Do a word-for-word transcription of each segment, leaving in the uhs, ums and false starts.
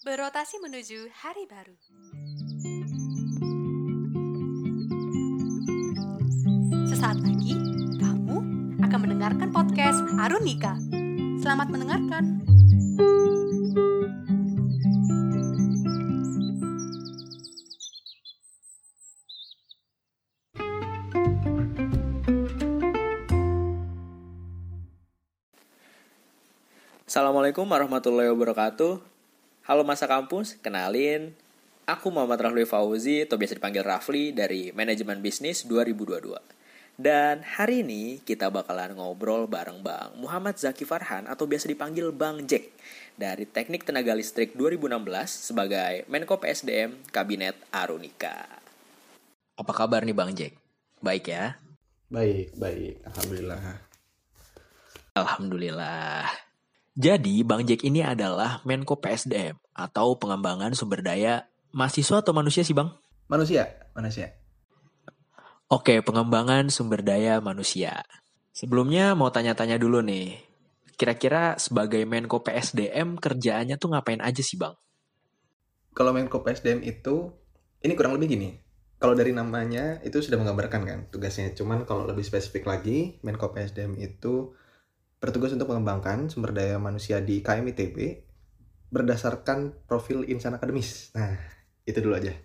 Berotasi menuju hari baru. Sesaat lagi, kamu akan mendengarkan podcast Arunika. Selamat mendengarkan. Assalamualaikum warahmatullahi wabarakatuh. Halo masa kampus, kenalin. Aku Muhammad Rafli Fauzi, atau biasa dipanggil Rafli, dari Manajemen Bisnis dua ribu dua puluh dua. Dan hari ini kita bakalan ngobrol bareng Bang Muhammad Zaki Farhan, atau biasa dipanggil Bang Jack, dari Teknik Tenaga Listrik dua ribu enam belas sebagai Menko P S D M Kabinet Arunika. Apa kabar nih Bang Jack? Baik ya? Baik, baik. Alhamdulillah. Alhamdulillah. Jadi, Bang Jack ini adalah Menko P S D M atau Pengembangan Sumber Daya Mahasiswa atau manusia sih, Bang? Manusia, manusia. Oke, Pengembangan Sumber Daya Manusia. Sebelumnya mau tanya-tanya dulu nih. Kira-kira sebagai Menko P S D M kerjaannya tuh ngapain aja sih, Bang? Kalau Menko P S D M itu, ini kurang lebih gini. Kalau dari namanya itu sudah menggambarkan kan tugasnya. Cuman kalau lebih spesifik lagi, Menko P S D M itu bertugas untuk mengembangkan sumber daya manusia di K M I T B berdasarkan profil insan akademis. Nah, itu dulu aja.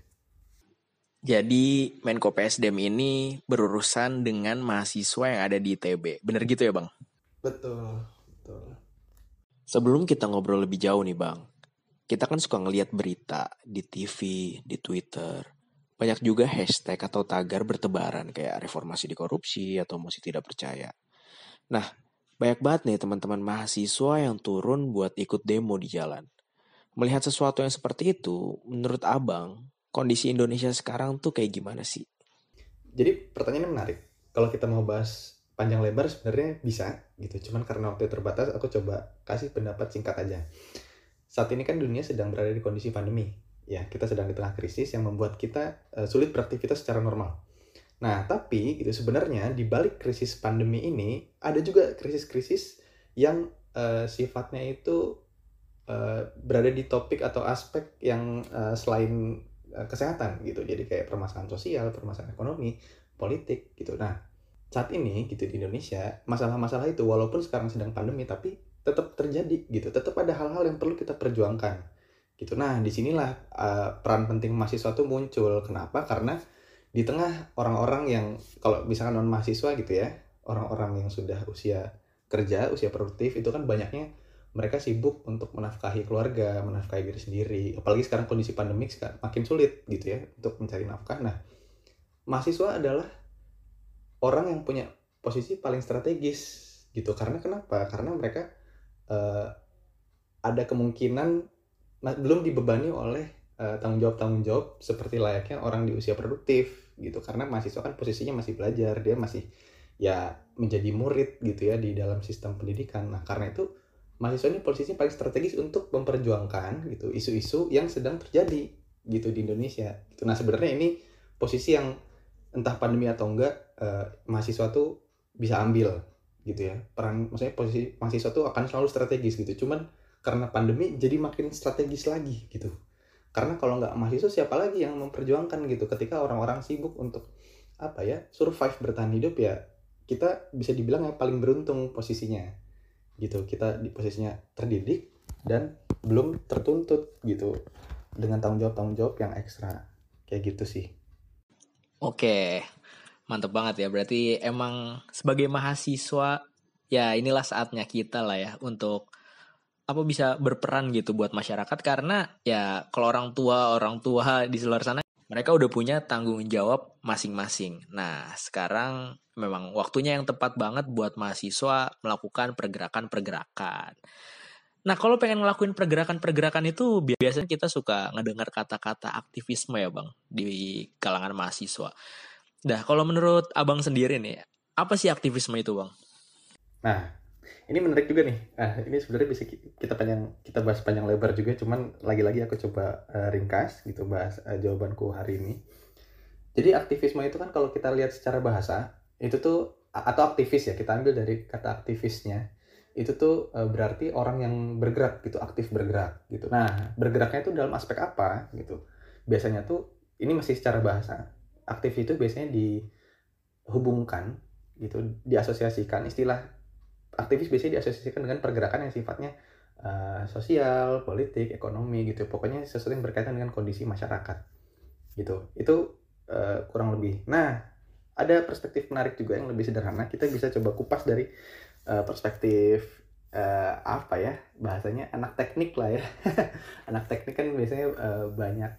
Jadi, Menko P S D M ini berurusan dengan mahasiswa yang ada di I T B. Bener gitu ya, Bang? Betul, betul. Sebelum kita ngobrol lebih jauh nih, Bang. Kita kan suka ngelihat berita di T V, di Twitter. Banyak juga hashtag atau tagar bertebaran kayak reformasi di korupsi atau masih tidak percaya. Nah, banyak banget nih teman-teman mahasiswa yang turun buat ikut demo di jalan. Melihat sesuatu yang seperti itu, menurut Abang, kondisi Indonesia sekarang tuh kayak gimana sih? Jadi pertanyaannya menarik. Kalau kita mau bahas panjang lebar sebenarnya bisa gitu. Cuman karena waktu terbatas, aku coba kasih pendapat singkat aja. Saat ini kan dunia sedang berada di kondisi pandemi. Ya, kita sedang di tengah krisis yang membuat kita uh, sulit beraktivitas secara normal. Nah, tapi gitu sebenarnya di balik krisis pandemi ini ada juga krisis-krisis yang uh, sifatnya itu uh, berada di topik atau aspek yang uh, selain uh, kesehatan gitu. Jadi kayak permasalahan sosial, permasalahan ekonomi, politik gitu. Nah, saat ini gitu di Indonesia, masalah-masalah itu walaupun sekarang sedang pandemi tapi tetap terjadi gitu. Tetap ada hal-hal yang perlu kita perjuangkan gitu. Nah, disinilah uh, peran penting mahasiswa itu muncul. Kenapa? Karena di tengah orang-orang yang kalau misalkan non mahasiswa gitu ya, orang-orang yang sudah usia kerja, usia produktif itu kan banyaknya mereka sibuk untuk menafkahi keluarga, menafkahi diri sendiri. Apalagi sekarang kondisi pandemik makin sulit gitu ya untuk mencari nafkah. Nah, mahasiswa adalah orang yang punya posisi paling strategis gitu. Karena kenapa? Karena mereka uh, ada kemungkinan nah, belum dibebani oleh uh, tanggung jawab-tanggung jawab seperti layaknya orang di usia produktif gitu. Karena mahasiswa kan posisinya masih belajar, dia masih ya menjadi murid gitu ya di dalam sistem pendidikan. Nah, karena itu mahasiswa ini posisinya paling strategis untuk memperjuangkan gitu isu-isu yang sedang terjadi gitu di Indonesia. Gitu. Nah, sebenarnya ini posisi yang entah pandemi atau enggak uh, mahasiswa tuh bisa ambil gitu ya. Peran maksudnya posisi mahasiswa tuh akan selalu strategis gitu. Cuman karena pandemi jadi makin strategis lagi gitu. Karena kalau nggak mahasiswa siapa lagi yang memperjuangkan gitu ketika orang-orang sibuk untuk apa ya survive bertahan hidup ya, kita bisa dibilang yang paling beruntung posisinya gitu. Kita di posisinya terdidik dan belum tertuntut gitu dengan tanggung jawab tanggung jawab yang ekstra kayak gitu sih. Oke, mantep banget ya. Berarti emang sebagai mahasiswa ya inilah saatnya kita lah ya untuk apa bisa berperan gitu buat masyarakat, karena ya kalau orang tua orang tua di luar sana mereka udah punya tanggung jawab masing-masing. Nah, sekarang memang waktunya yang tepat banget buat mahasiswa melakukan pergerakan-pergerakan. Nah, kalau pengen ngelakuin pergerakan-pergerakan itu biasanya kita suka ngedengar kata-kata aktivisme ya, Bang, di kalangan mahasiswa. Nah, kalau menurut Abang sendiri nih, apa sih aktivisme itu, Bang? Nah, ini menarik juga nih. Nah, ini sebenarnya bisa kita panjang kita bahas panjang lebar juga, cuman lagi-lagi aku coba uh, ringkas gitu bahas uh, jawabanku hari ini. Jadi aktivisme itu kan kalau kita lihat secara bahasa, itu tuh atau aktivis ya, kita ambil dari kata aktivisnya. itu tuh uh, berarti orang yang bergerak gitu, aktif bergerak gitu. Nah, bergeraknya itu dalam aspek apa gitu. Biasanya tuh ini masih secara bahasa. Aktif itu biasanya dihubungkan gitu, diasosiasikan istilah aktivis biasanya diasosiasikan dengan pergerakan yang sifatnya uh, sosial, politik, ekonomi gitu. Pokoknya sesuatu yang berkaitan dengan kondisi masyarakat gitu. Itu uh, kurang lebih. Nah, ada perspektif menarik juga yang lebih sederhana. Kita bisa coba kupas dari uh, perspektif uh, apa ya bahasanya, anak teknik lah ya. Anak teknik kan biasanya uh, banyak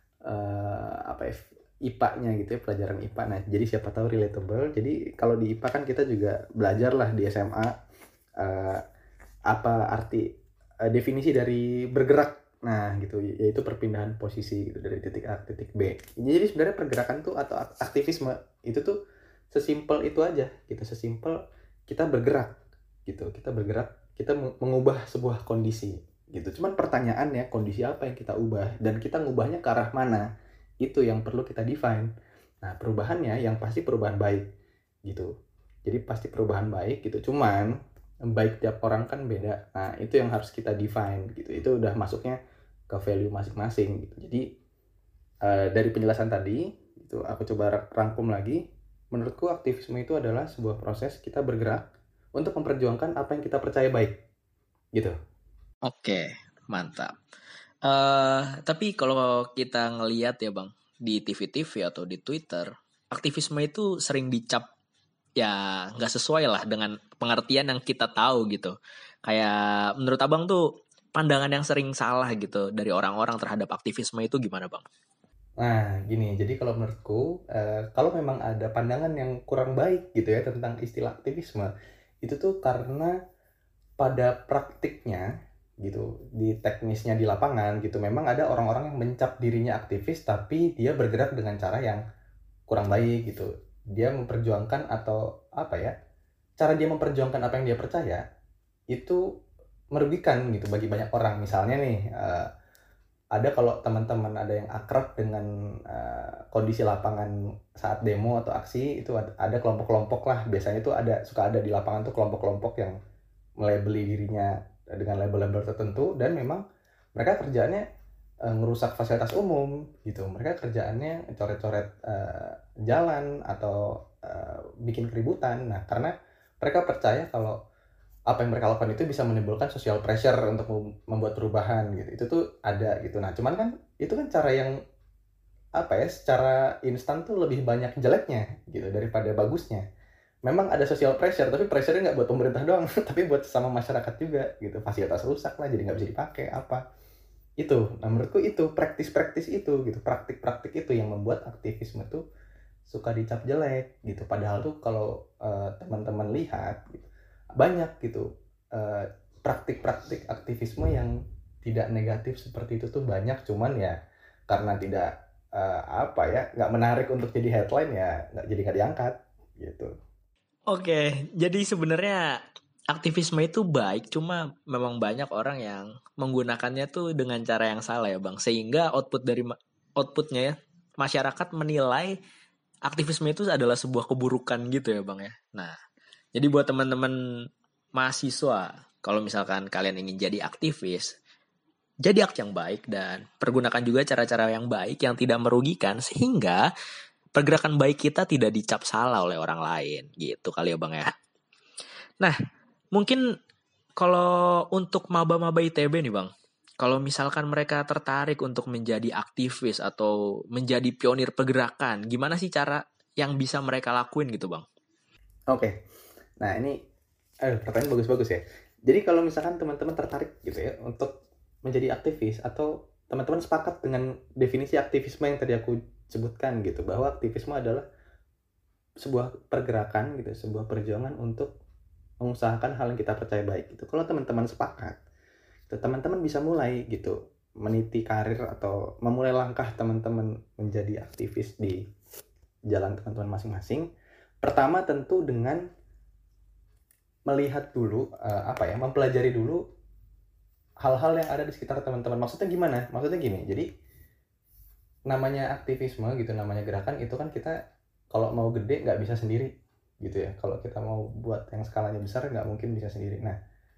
uh, apa ya, I P A-nya gitu ya, pelajaran I P A. Nah, jadi siapa tahu relatable. Jadi kalau di I P A kan kita juga belajar lah di S M A uh, apa arti uh, definisi dari bergerak. Nah, gitu, yaitu perpindahan posisi gitu dari titik A ke titik B. Jadi sebenarnya pergerakan tuh atau aktivisme itu tuh sesimpel itu aja gitu, sesimpel kita bergerak gitu. Kita bergerak, kita mengubah sebuah kondisi gitu. Cuman pertanyaannya, kondisi apa yang kita ubah dan kita ngubahnya ke arah mana? Itu yang perlu kita define. Nah, perubahannya yang pasti perubahan baik gitu. Jadi pasti perubahan baik gitu. Cuman baik tiap orang kan beda. Nah, itu yang harus kita define gitu. Itu udah masuknya ke value masing-masing gitu. Jadi uh, dari penjelasan tadi itu aku coba rangkum lagi. Menurutku aktivisme itu adalah sebuah proses kita bergerak untuk memperjuangkan apa yang kita percaya baik gitu. Oke, mantap. Uh, tapi kalau kita ngelihat ya Bang, di T V-T V atau di Twitter, aktivisme itu sering dicap ya nggak sesuai lah dengan pengertian yang kita tahu gitu. Kayak menurut abang tuh pandangan yang sering salah gitu dari orang-orang terhadap aktivisme itu gimana Bang? Nah gini, jadi kalau menurutku uh, kalau memang ada pandangan yang kurang baik gitu ya tentang istilah aktivisme, itu tuh karena pada praktiknya gitu, di teknisnya di lapangan gitu, memang ada orang-orang yang mencap dirinya aktivis tapi dia bergerak dengan cara yang kurang baik gitu. Dia memperjuangkan atau apa ya, cara dia memperjuangkan apa yang dia percaya itu merugikan gitu bagi banyak orang. Misalnya nih uh, ada kalau teman-teman ada yang akrab dengan uh, kondisi lapangan saat demo atau aksi, itu ada, ada kelompok-kelompok lah, biasanya itu ada, suka ada di lapangan tuh kelompok-kelompok yang melabeli dirinya dengan label-label tertentu dan memang mereka kerjaannya uh, ngerusak fasilitas umum gitu. Mereka kerjaannya coret-coret uh, jalan atau uh, bikin keributan. Nah, karena mereka percaya kalau apa yang mereka lakukan itu bisa menimbulkan social pressure untuk membuat perubahan gitu. Itu tuh ada gitu. Nah, cuman kan itu kan cara yang apa ya, secara instan tuh lebih banyak jeleknya gitu daripada bagusnya. Memang ada social pressure, tapi pressure-nya nggak buat pemerintah doang, tapi buat sama masyarakat juga gitu. Fasilitas rusak lah, jadi nggak bisa dipakai apa. Itu, nah menurutku itu, praktis-praktis itu gitu, praktik-praktik itu yang membuat aktivisme tuh suka dicap jelek gitu. Padahal tuh kalau uh, teman-teman lihat gitu, banyak gitu uh, praktik-praktik aktivisme yang tidak negatif seperti itu tuh banyak. Cuman ya karena tidak uh, apa ya, nggak menarik untuk jadi headline ya, nggak jadi nggak diangkat gitu. Oke, jadi sebenarnya aktivisme itu baik, cuma memang banyak orang yang menggunakannya tuh dengan cara yang salah ya Bang. Sehingga output dari outputnya ya, masyarakat menilai aktivisme itu adalah sebuah keburukan gitu ya Bang ya. Nah, jadi buat teman-teman mahasiswa, kalau misalkan kalian ingin jadi aktivis, jadi aktif yang baik dan pergunakan juga cara-cara yang baik yang tidak merugikan sehingga pergerakan baik kita tidak dicap salah oleh orang lain gitu kali ya Bang ya. Nah, mungkin kalau untuk maba-maba I T B nih Bang, kalau misalkan mereka tertarik untuk menjadi aktivis atau menjadi pionir pergerakan, gimana sih cara yang bisa mereka lakuin gitu Bang? Oke, nah ini eh, pertanyaan bagus-bagus ya. Jadi kalau misalkan teman-teman tertarik gitu ya untuk menjadi aktivis atau teman-teman sepakat dengan definisi aktivisme yang tadi aku sebutkan gitu, bahwa aktivisme adalah sebuah pergerakan gitu, sebuah perjuangan untuk mengusahakan hal yang kita percaya baik gitu. Kalau teman-teman sepakat, gitu, teman-teman bisa mulai gitu meniti karir atau memulai langkah teman-teman menjadi aktivis di jalan teman-teman masing-masing. Pertama tentu dengan melihat dulu uh, apa ya, mempelajari dulu hal-hal yang ada di sekitar teman-teman. Maksudnya gimana? Maksudnya gini, jadi namanya aktivisme gitu, namanya gerakan itu kan kita kalau mau gede nggak bisa sendiri gitu ya. Kalau kita mau buat yang skalanya besar nggak mungkin bisa sendiri. Nah,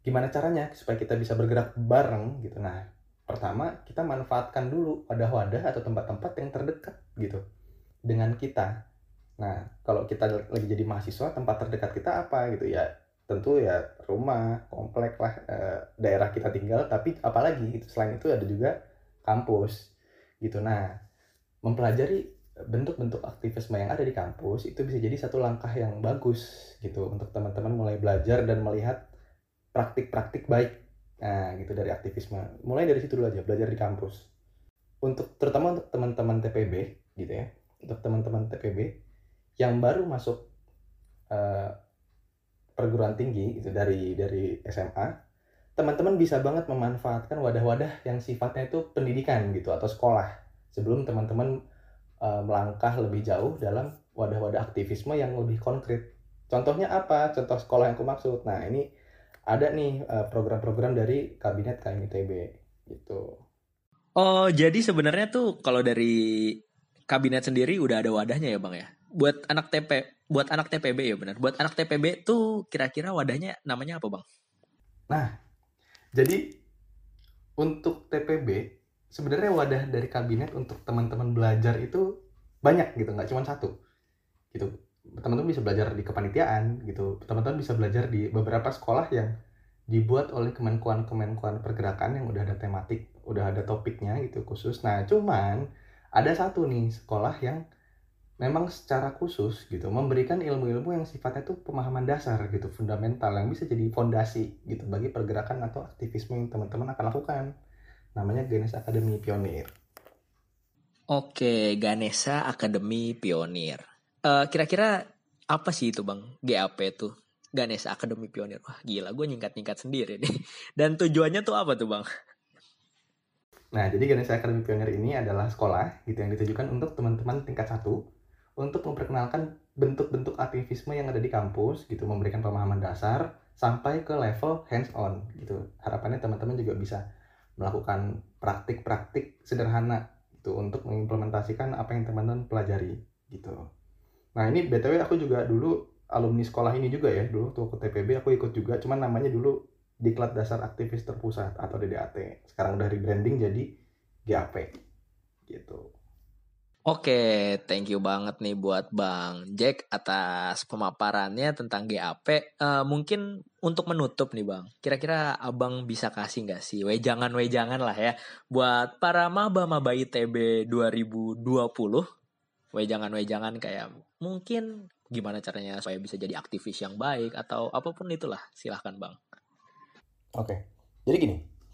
Gimana caranya supaya kita bisa bergerak bareng gitu. Nah, pertama kita manfaatkan dulu wadah-wadah atau tempat-tempat yang terdekat gitu dengan kita. Nah, kalau kita lagi jadi mahasiswa, tempat terdekat kita apa gitu ya? Tentu ya rumah, komplek lah, eh, daerah kita tinggal, tapi apalagi gitu. Selain itu ada juga kampus gitu. Nah, mempelajari bentuk-bentuk aktivisme yang ada di kampus itu bisa jadi satu langkah yang bagus gitu untuk teman-teman mulai belajar dan melihat praktik-praktik baik. Nah, gitu dari aktivisme. Mulai dari situ dulu aja, belajar di kampus. Untuk terutama untuk teman-teman T P B gitu ya. Untuk teman-teman T P B yang baru masuk uh, perguruan tinggi gitu dari dari S M A, teman-teman bisa banget memanfaatkan wadah-wadah yang sifatnya itu pendidikan gitu atau sekolah sebelum teman-teman uh, melangkah lebih jauh dalam wadah-wadah aktivisme yang lebih konkret. Contohnya apa? Contoh sekolah yang aku maksud. Nah, ini ada nih uh, program-program dari Kabinet K M I T B gitu. Oh, jadi sebenarnya tuh kalau dari kabinet sendiri udah ada wadahnya ya, Bang ya? Buat anak T P, buat anak T P B ya benar. Buat anak T P B tuh kira-kira wadahnya namanya apa, Bang? Nah, jadi untuk T P B sebenarnya wadah dari kabinet untuk teman-teman belajar itu banyak gitu, nggak cuma satu gitu. Teman-teman bisa belajar di kepanitiaan gitu, teman-teman bisa belajar di beberapa sekolah yang dibuat oleh kemenkuan-kemenkuan pergerakan yang udah ada tematik, udah ada topiknya gitu khusus. Nah, cuman ada satu nih sekolah yang memang secara khusus gitu memberikan ilmu-ilmu yang sifatnya tuh pemahaman dasar gitu, fundamental yang bisa jadi fondasi gitu bagi pergerakan atau aktivisme yang teman-teman akan lakukan. Namanya Ganesha Academy Pionir. Oke, Ganesha Academy Pionir. Uh, kira-kira apa sih itu, Bang? G A P tuh. Ganesha Academy Pionir. Wah, gila, gue nyingkat-nyingkat sendiri nih. Dan tujuannya tuh apa tuh, Bang? Nah, jadi Ganesha Academy Pionir ini adalah sekolah gitu yang ditujukan untuk teman-teman tingkat satu untuk memperkenalkan bentuk-bentuk aktivisme yang ada di kampus gitu, memberikan pemahaman dasar sampai ke level hands on gitu. Harapannya teman-teman juga bisa melakukan praktik-praktik sederhana gitu untuk mengimplementasikan apa yang teman-teman pelajari gitu. Nah, ini B T W aku juga dulu alumni sekolah ini juga ya. Dulu tuh ke T P B aku ikut juga, cuman namanya dulu Diklat Dasar Aktivis Terpusat atau D D A T. Sekarang udah rebranding jadi G A P gitu. Oke, thank you banget nih buat Bang Jack atas pemaparannya tentang G A P. Uh, mungkin untuk menutup nih Bang, kira-kira Abang bisa kasih nggak sih wejangan-wejangan lah ya buat para maba-maba I T B dua ribu dua puluh, wejangan-wejangan kayak mungkin gimana caranya supaya bisa jadi aktivis yang baik atau apapun itulah, silahkan Bang. Oke, jadi gini.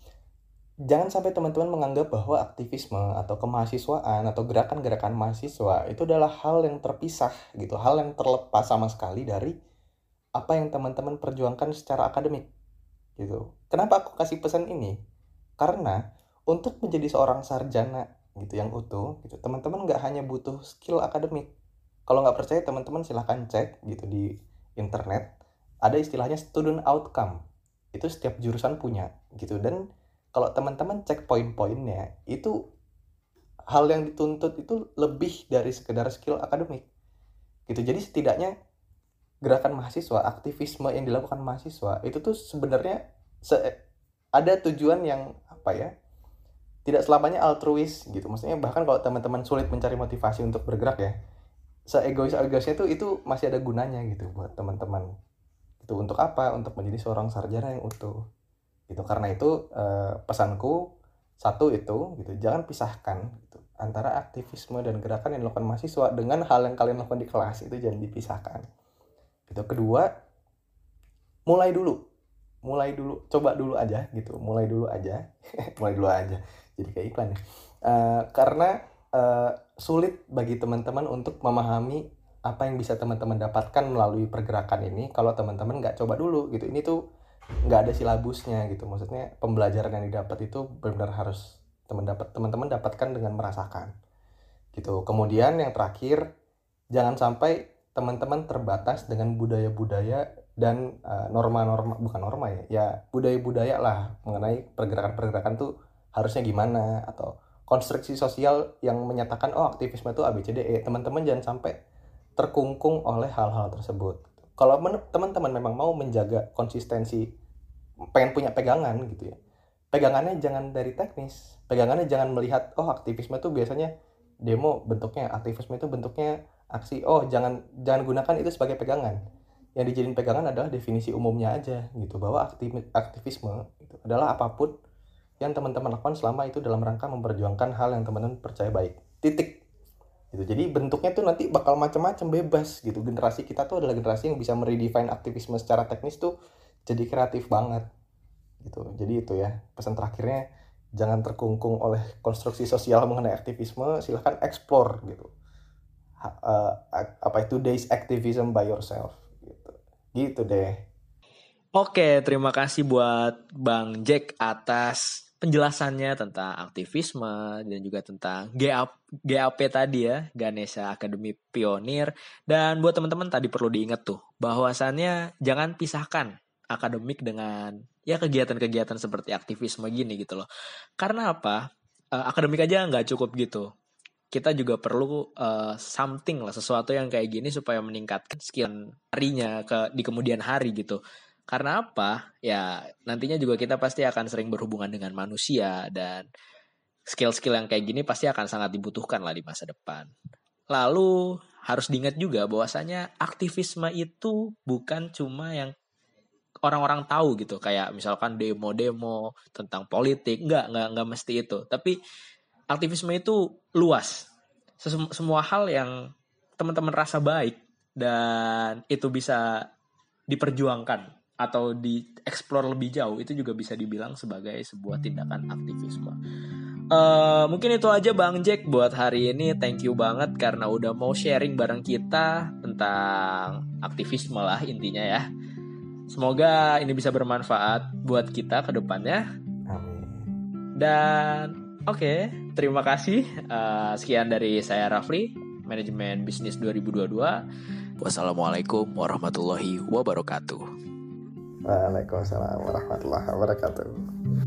Jangan sampai teman-teman menganggap bahwa aktivisme atau kemahasiswaan atau gerakan-gerakan mahasiswa itu adalah hal yang terpisah gitu, hal yang terlepas sama sekali dari apa yang teman-teman perjuangkan secara akademik gitu. Kenapa aku kasih pesan ini? Karena untuk menjadi seorang sarjana gitu yang utuh gitu, teman-teman nggak hanya butuh skill akademik. Kalau nggak percaya teman-teman silahkan cek gitu di internet, ada istilahnya student outcome. Itu setiap jurusan punya gitu, dan kalau teman-teman cek poin-poinnya, itu hal yang dituntut itu lebih dari sekedar skill akademik. Gitu. Jadi setidaknya gerakan mahasiswa, aktivisme yang dilakukan mahasiswa itu tuh sebenarnya se- ada tujuan yang apa ya? Tidak selamanya altruis gitu. Maksudnya bahkan kalau teman-teman sulit mencari motivasi untuk bergerak ya, se-egois-egoisnya tuh itu masih ada gunanya gitu buat teman-teman. Itu untuk apa? Untuk menjadi seorang sarjana yang utuh. Gitu. Karena itu eh, pesanku satu itu gitu, jangan pisahkan gitu, antara aktivisme dan gerakan yang dilakukan mahasiswa dengan hal yang kalian lakukan di kelas, itu jangan dipisahkan gitu. Kedua, mulai dulu mulai dulu coba dulu aja gitu mulai dulu aja mulai dulu aja jadi kayak iklan ya. Uh, karena uh, sulit bagi teman-teman untuk memahami apa yang bisa teman-teman dapatkan melalui pergerakan ini kalau teman-teman nggak coba dulu gitu. Ini tuh nggak ada silabusnya gitu, maksudnya pembelajaran yang didapat itu benar-benar harus teman dapat teman-teman dapatkan dengan merasakan gitu. Kemudian yang terakhir, jangan sampai teman-teman terbatas dengan budaya-budaya dan uh, norma-norma, bukan norma ya ya budaya-budaya lah mengenai pergerakan-pergerakan tuh harusnya gimana, atau konstruksi sosial yang menyatakan oh aktivisme itu A B C D E. Teman-teman jangan sampai terkungkung oleh hal-hal tersebut. Kalau men- teman-teman memang mau menjaga konsistensi pengen punya pegangan gitu ya. Pegangannya jangan dari teknis, pegangannya jangan melihat oh aktivisme itu biasanya demo bentuknya, aktivisme itu bentuknya aksi. Oh, jangan jangan gunakan itu sebagai pegangan. Yang dijadiin pegangan adalah definisi umumnya aja gitu, bahwa aktif, aktivisme itu adalah apapun yang teman-teman lakukan selama itu dalam rangka memperjuangkan hal yang teman-teman percaya baik. Titik. Gitu. Jadi bentuknya tuh nanti bakal macam-macam, bebas gitu. Generasi kita tuh adalah generasi yang bisa meredefine aktivisme secara teknis tuh jadi kreatif banget gitu. Jadi itu ya pesan terakhirnya, jangan terkungkung oleh konstruksi sosial mengenai aktivisme, silahkan explore gitu. Ha, uh, apa itu days activism by yourself gitu. Gitu deh. Oke, terima kasih buat Bang Jack atas penjelasannya tentang aktivisme dan juga tentang G A P tadi ya, Ganesha Academy Pionir. Dan buat teman-teman tadi perlu diingat tuh, bahwasannya jangan pisahkan akademik dengan ya kegiatan-kegiatan seperti aktivisme gini gitu loh. Karena apa? Uh, akademik aja nggak cukup gitu. Kita juga perlu uh, something lah, sesuatu yang kayak gini supaya meningkatkan skill harinya ke di kemudian hari gitu. Karena apa? Ya nantinya juga kita pasti akan sering berhubungan dengan manusia dan skill-skill yang kayak gini pasti akan sangat dibutuhkan lah di masa depan. Lalu harus diingat juga bahwasanya aktivisme itu bukan cuma yang orang-orang tahu gitu, kayak misalkan demo-demo tentang politik, enggak, enggak, enggak mesti itu. Tapi aktivisme itu luas. Sesum- semua hal yang teman-teman rasa baik dan itu bisa diperjuangkan atau dieksplor lebih jauh, itu juga bisa dibilang sebagai sebuah tindakan aktivisme. Uh, mungkin itu aja Bang Jack buat hari ini. Thank you banget karena udah mau sharing bareng kita tentang aktivisme lah intinya ya. Semoga ini bisa bermanfaat buat kita ke depannya. Amin. Dan oke, okay, terima kasih. Uh, sekian dari saya Rafli, Manajemen Bisnis dua ribu dua puluh dua. Wassalamualaikum warahmatullahi wabarakatuh. Waalaikumsalam warahmatullahi wabarakatuh.